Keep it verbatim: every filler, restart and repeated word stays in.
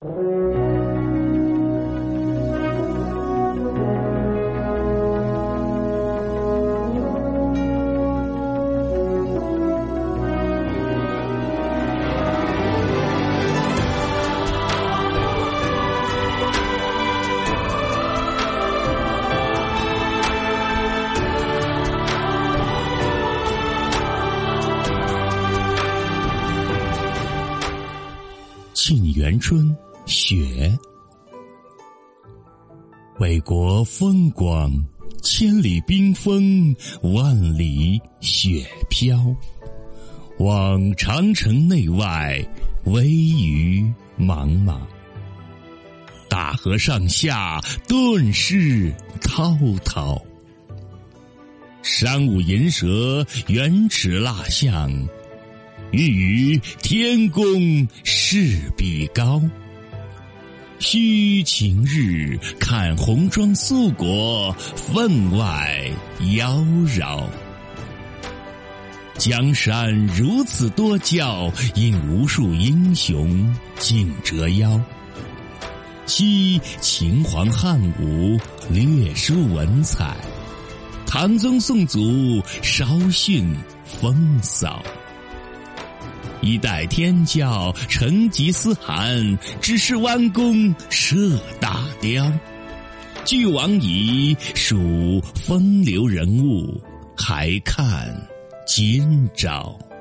沁园春·雪。为国风光，千里冰封，万里雪飘。望长城内外，惟余莽莽。大河上下，顿失滔滔。山舞银蛇，原齿蜡象，欲与天公试比高。须晴日，看红装素裹，分外妖娆。江山如此多娇，引无数英雄竞折腰。昔秦皇汉武，略输文采；唐宗宋祖，稍逊风骚。一代天骄，成吉思汗，只是弯弓射大雕。俱往矣，数风流人物，还看今朝。